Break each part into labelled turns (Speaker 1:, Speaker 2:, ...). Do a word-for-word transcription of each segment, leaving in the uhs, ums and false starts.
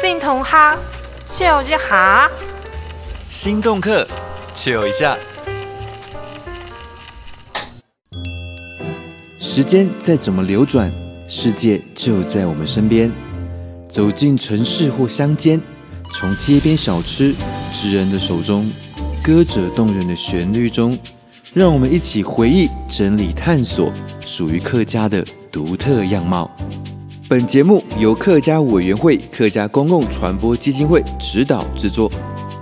Speaker 1: 新同学笑一下，
Speaker 2: 心动课chill一下。时间再怎么流转，世界就在我们身边。走进城市或乡间，从街边小吃、职人的手中，歌者动人的旋律中，让我们一起回忆、整理、探索属于客家的独特样貌。本节目由客家委员会客家公共传播基金会指导制作。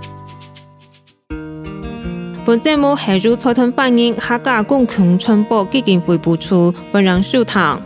Speaker 3: 本节目系由财团法人客家公共传播基金会播出，本人收听。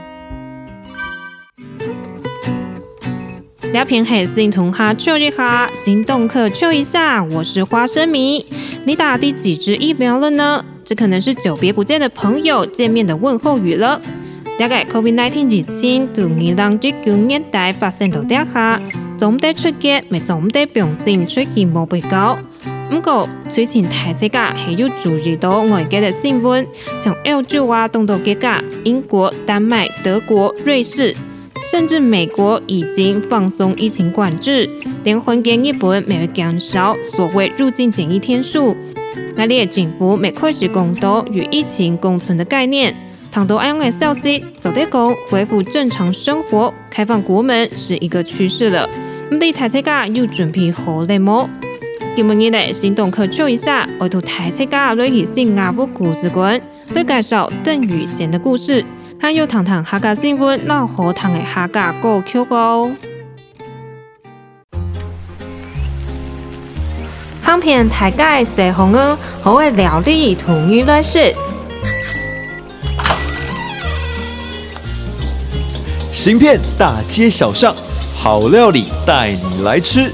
Speaker 3: 聊天系新同学笑一下，心动课笑一下。我是花生米，你打第几支疫苗了呢？这可能是久别不见的朋友见面的问候语了。了解 COVID 十九 疫情từ二零一九年代發生到底下，總得出嘅咪總得病症出現冇比較。不過最近大家係要注意到外界嘅新聞，從歐洲啊、東道國家、英國、丹麥、德國、瑞士，甚至美國已經放鬆疫情管制，連環境日本咪會減少所謂入境檢疫天數。我哋嘅政府咪開始講到與疫情共存的概念。倘多安嘅消息，早啲講恢復正常生活、開放國門是一個趨勢了。唔知大家要準備好了冇？今日嘅心動課笑一下，我同大家來去新加坡故事館，來介紹鄧雨賢的故事，還有談談客家新聞鬧好聽嘅客家歌曲哦。香片大家食紅鵝，好嘅料理同娛樂事。
Speaker 2: 行遍大街小巷，好料理带你来吃。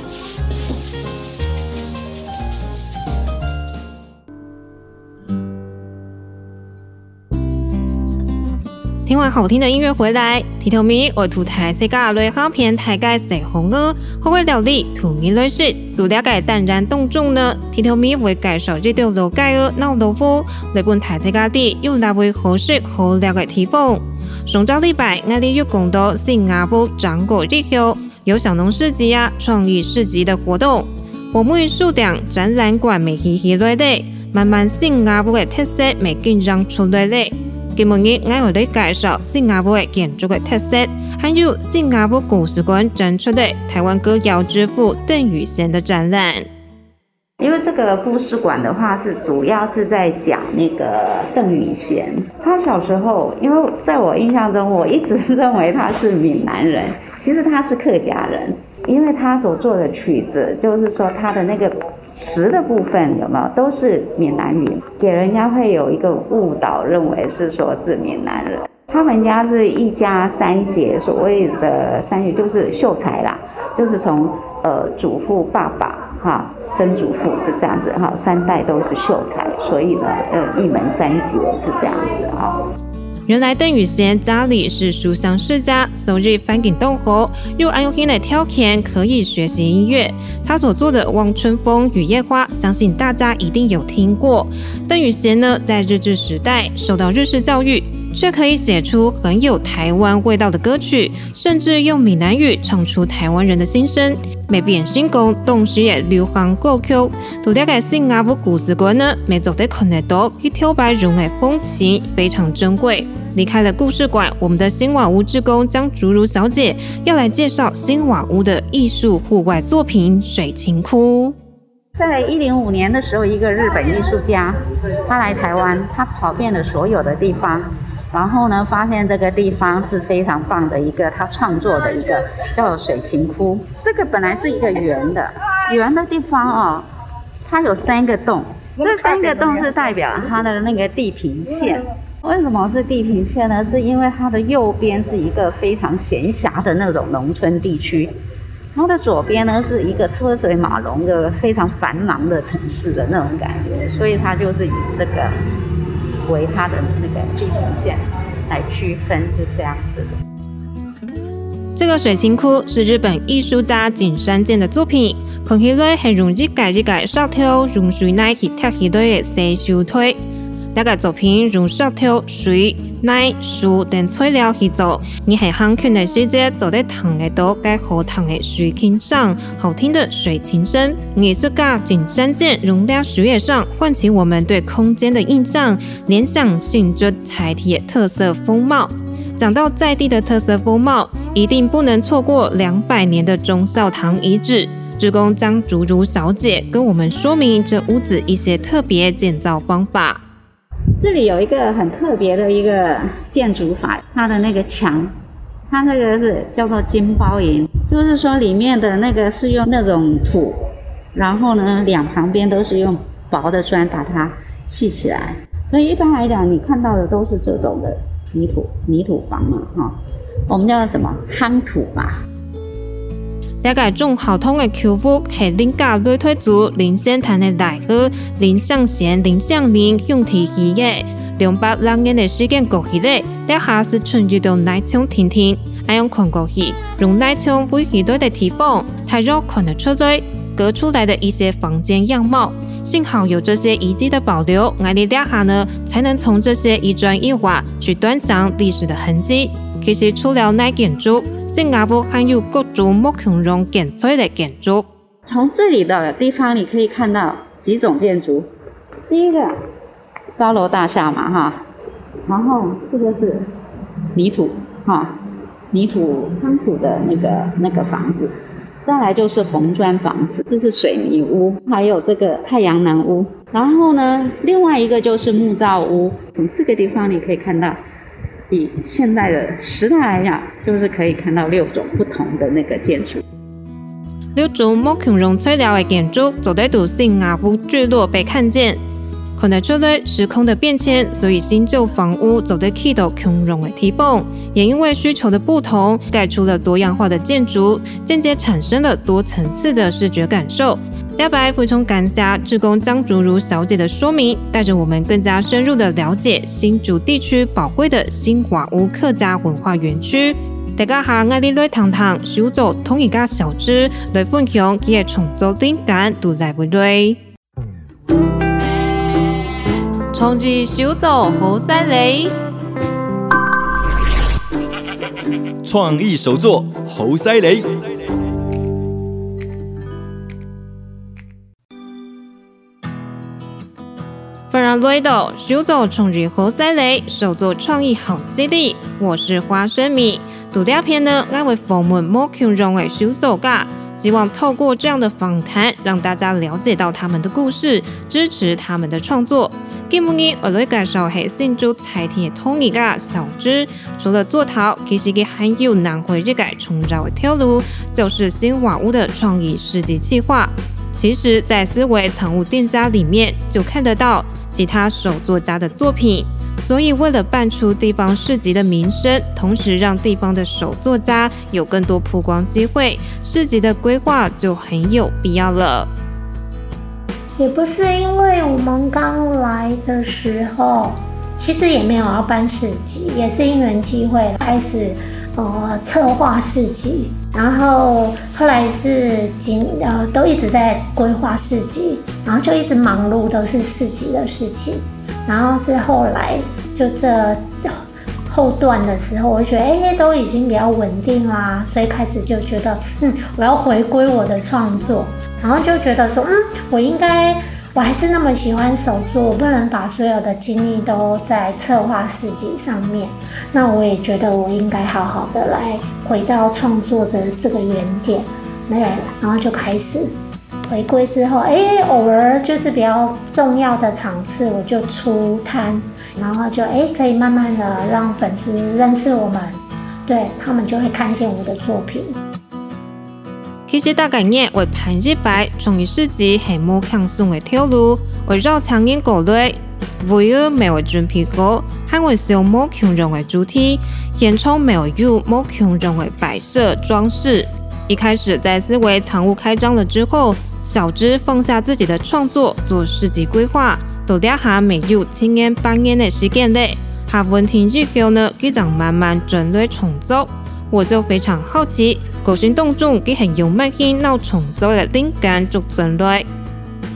Speaker 3: 听完好听的音乐回来，提头咪我涂台世界类香片大概食紅鵝，好嘅料理同娛樂事。如了解淡然當中呢，提頭咪會介紹這道老街嘅鬧豆腐，日本大世界啲有哪位好食好料嘅地方。上週禮拜，我哋又講到新加坡長果日後有小農市集啊、創意市集的活動，我們數點展覽館未起起來咧，慢慢新加坡嘅特色未緊張出來咧。今日我會嚟介紹新加坡嘅建築嘅特色，還有新加坡故事館展出的台灣歌謠之父鄧雨賢的展覽。
Speaker 4: 因为这个故事馆的话，是主要是在讲那个邓雨贤。他小时候，因为在我印象中，我一直认为他是闽南人，其实他是客家人。因为他所做的曲子，就是说他的那个词的部分有没有都是闽南语，给人家会有一个误导，认为是说是闽南人。他们家是一家三姐，所谓的三姐就是秀才啦，就是从呃祖父、爸爸哈。曾祖父是这样子哈，三代都是秀才，所以呢，呃，一门三杰是这样子哈。
Speaker 3: 原来邓雨贤家里是书香世家，收入翻景洞后，又安用心的挑选可以学习音乐。他所做的《望春风雨夜花》，相信大家一定有听过。邓雨贤呢，在日治时代受到日式教育，却可以写出很有台湾味道的歌曲，甚至用闽南语唱出台湾人的心声。未變成功，同時也流行歌曲。到了解新加坡故事館呢，每組得看得到一條白融的風情，非常珍貴。離開了故事館，我們的新瓦屋志工江竹如小姐要來介紹新瓦屋的藝術戶外作品《水琴窟》。
Speaker 4: 在一零五年的時候，一個日本藝術家，他來台灣，他跑遍了所有的地方。然後呢，發現這個地方是非常棒的一個他創作的一個叫做水琴窟。這個本來是一個圓的，圓的地方哦，它有三個洞，這三個洞是代表它的那個地平線。為什麼是地平線呢？是因為它的右邊是一個非常閒暇的那種農村地區，它的左邊呢是一個車水馬龍的非常繁忙的城市的那種感覺，所以它就是以這個為它的那個地平線來區分，就這樣子的。
Speaker 3: 這個水琴窟是日本藝術家景山健的作品，看起來很容易改一改上頭，用水奶去踢起來的洗手推。 大家作品用石头、水、奶、树等材料去做，你喺航圈的世界做得糖的多，该好糖的水琴上，好听的水琴声。艺术家景山健用在树叶上，唤起我们对空间的印象，联想性质材体的特色风貌。讲到在地的特色风貌，一定不能错过两百年的忠孝堂遗址。志工张竹如小姐跟我们说明这屋子一些特别建造方法。
Speaker 4: 这里有一个很特别的一个建筑法，它的那个墙，它这个是叫做金包银，就是说里面的那个是用那种土，然后呢两旁边都是用薄的砖把它砌起来，所以一般来讲你看到的都是这种的泥土泥土房嘛，哈、哦，我们叫什么夯土吧。
Speaker 3: 大概种好通的曲目是林家擂推族林先谈的大哥林向贤、林向明用提起的。两百六年的时间过去了，大家是春雨到奶枪听听，爱用看过去，用奶枪为一堆的地方，太肉看得出来，隔出来的一些房间样貌。幸好有这些遗迹的保留，我们大家呢才能从这些一砖一瓦去端详历史的痕迹。其实除了那建筑，新加坡还有各种木墙用建造的建筑。
Speaker 4: 从这里的地方你可以看到几种建筑，第一个高楼大厦嘛哈，然后这个是泥土哈，泥土夯土的那个那个房子，再来就是红砖房子，这是水泥屋，还有这个太阳能屋，然后呢另外一个就是木造屋。从这个地方你可以看到，以现在的时代来讲，就是可以看到六种不同的那个建筑。
Speaker 3: 六种木墙用材料的建筑，走在都新加坡聚落被看见，看得出来时空的变迁，所以新旧房屋走得起到墙用的地方，也因为需求的不同，盖出了多样化的建筑，间接产生了多层次的视觉感受。大白非常感谢志工张竹如小姐的说明，带着我们更加深入的了解新竹地区宝贵的新瓦屋客家文化园区。大家下爱你来谈谈手作同一家小吃来分享佢嘅创作灵感，都来不来？创意手作好犀利！
Speaker 2: 创意手作好犀利！
Speaker 3: 本人来到手作创意好犀利，手作创意好犀利。我是花生米。独条片呢，我会访问木墙用的手作家，希望透过这样的访谈，让大家了解到他们的故事，支持他们的创作。今日我来介绍是新竹菜田的同一个小吃，除了做陶，其实也还有南回这个重绕的条路，就是新瓦屋的创意市集计划。其实，在思维藏物店家里面就看得到其他手作家的作品。所以为了办出地方市集的名声，同时让地方的手作家有更多曝光机会，市集的规划就很有必要了。
Speaker 5: 也不是因为我们刚来的时候，其实也没有要办市集，也是因缘机会开始呃策划市集，然后后来是今呃都一直在规划市集，然后就一直忙碌都是市集的事情。然后是后来就这后段的时候，我就觉得哎、欸，都已经比较稳定啦，所以开始就觉得嗯，我要回归我的创作，然后就觉得说嗯，我应该我还是那么喜欢手作，我不能把所有的精力都在策划市集上面。那我也觉得我应该好好的来回到创作的这个原点，对，然后就开始。回归之后，哎，偶尔就是比较重要的场次，我就出摊，然后就哎，可以慢慢的让粉丝认识我们，对他们就会看见我的作品。
Speaker 3: 其实大概日为盘日白创意市集系木墙送的条路，围绕长年过来，为了每位准备好，还会使用木墙用的主题，现场没有用木墙用的摆设装饰。一开始在思维藏物开张了之后，小芝放下自己的创作，做市集规划，到底下没有七年八年的时间嘞。下问题日后呢，佢就慢慢准备重做。我就非常好奇，高新当中佢係用乜嘢鬧重做嘅靈感做准備？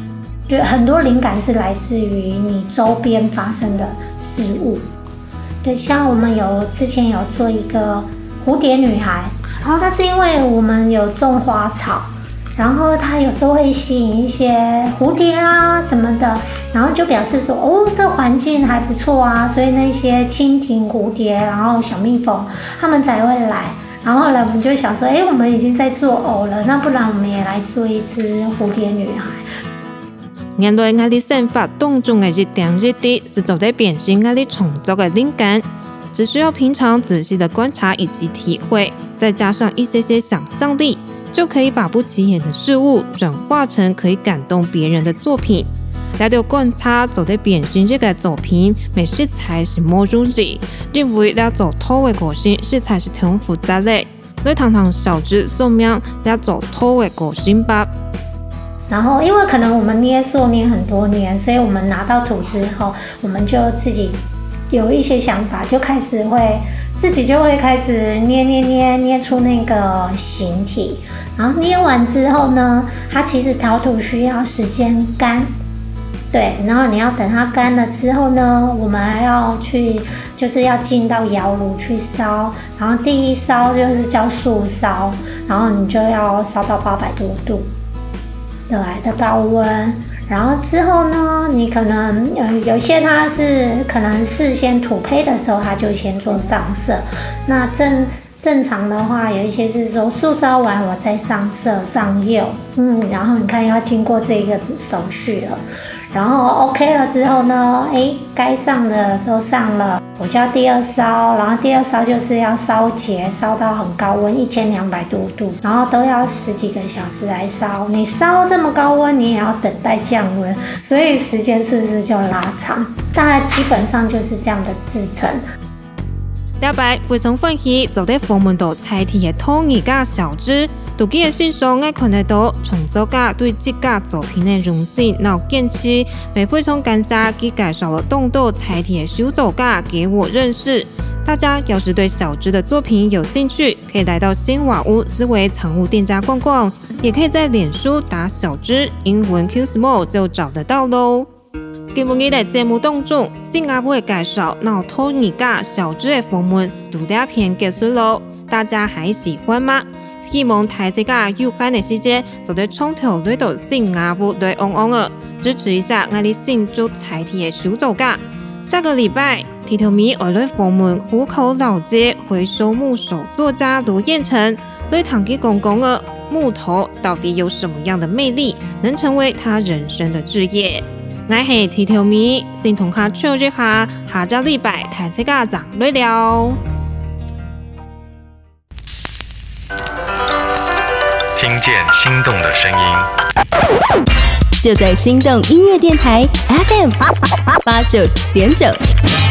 Speaker 5: 就很多灵感是来自于你周边发生的事物。对，像我们有之前有做一个蝴蝶女孩，那是因为我们有种花草，然后它有时候会吸引一些蝴蝶啊什么的，然后就表示说，哦，这环境还不错啊，所以那些蜻蜓、蝴蝶，然后小蜜蜂，它们才会来。然后呢，我们就想说，哎，我们已经在做藕了，那不然我们也来做一只蝴蝶女孩。
Speaker 3: 原來我哋生活當中嘅一點一滴是走在變形我哋創作嘅靈感，只需要平常仔細的觀察以及體會，再加上一些些想象力，就可以把不起眼的事物轉化成可以感動別人的作品。來到觀察走在變形這個作品，美食材是魔術字，認為嚟做土嘅個性食材是挺複雜嘅，對堂堂小資送命嚟做土嘅個性吧。
Speaker 5: 然後，因為可能我們捏塑捏很多年，所以我們拿到土之後，我們就自己有一些想法，就開始會自己就會開始捏捏捏捏出那個形體。然後捏完之後呢，它其實陶土需要時間乾，對，然後你要等它乾了之後呢，我們還要去就是要進到窯爐去燒，然後第一燒就是叫素燒，然後你就要燒到八百多度。对的高温，然后之后呢，你可能呃有些它是可能事先土胚的时候，它就先做上色。那正正常的话，有一些是说素烧完我再上色上釉，嗯，然后你看要经过这个手续了。然后 OK 了之后呢，哎，该上的都上了，我就要第二烧，然后第二烧就是要烧结，烧到很高温，一千两百多度，然后都要十几个小时来烧。你烧这么高温，你也要等待降温，所以时间是不是就拉长？大概基本上就是这样的制程。
Speaker 3: 了解，非常歡喜做在訪問到採體嘅土耳家小資。讀記嘅線上，我看得到創作家對這個作品的用心，然後堅持，也非常感謝佢介紹了動到採體嘅手作家給我認識。大家要是對小資的作品有興趣，可以來到新瓦屋思維藏物店家逛逛，也可以在臉書打小資英文 Q Small 就找得到咯。今日嘅節目當中，新加坡嘅介紹，然後土耳家小資嘅訪問獨家片結束咯，大家還喜歡嗎？希望睇這個有限的時間，就對從頭來到新加坡對昂昂嘅支持一下我哋新竹採體嘅手作家。下個禮拜，提頭咪我來訪問湖口老街回收木手作家羅彥成，來談佢講講嘅木頭到底有什麼樣的魅力，能成為他人生的志業。我係提頭咪，先同佢笑一下，下個禮拜睇這個長來了。
Speaker 6: 聽見心動的聲音，
Speaker 7: 就在心動音樂電台 F M 八九點九。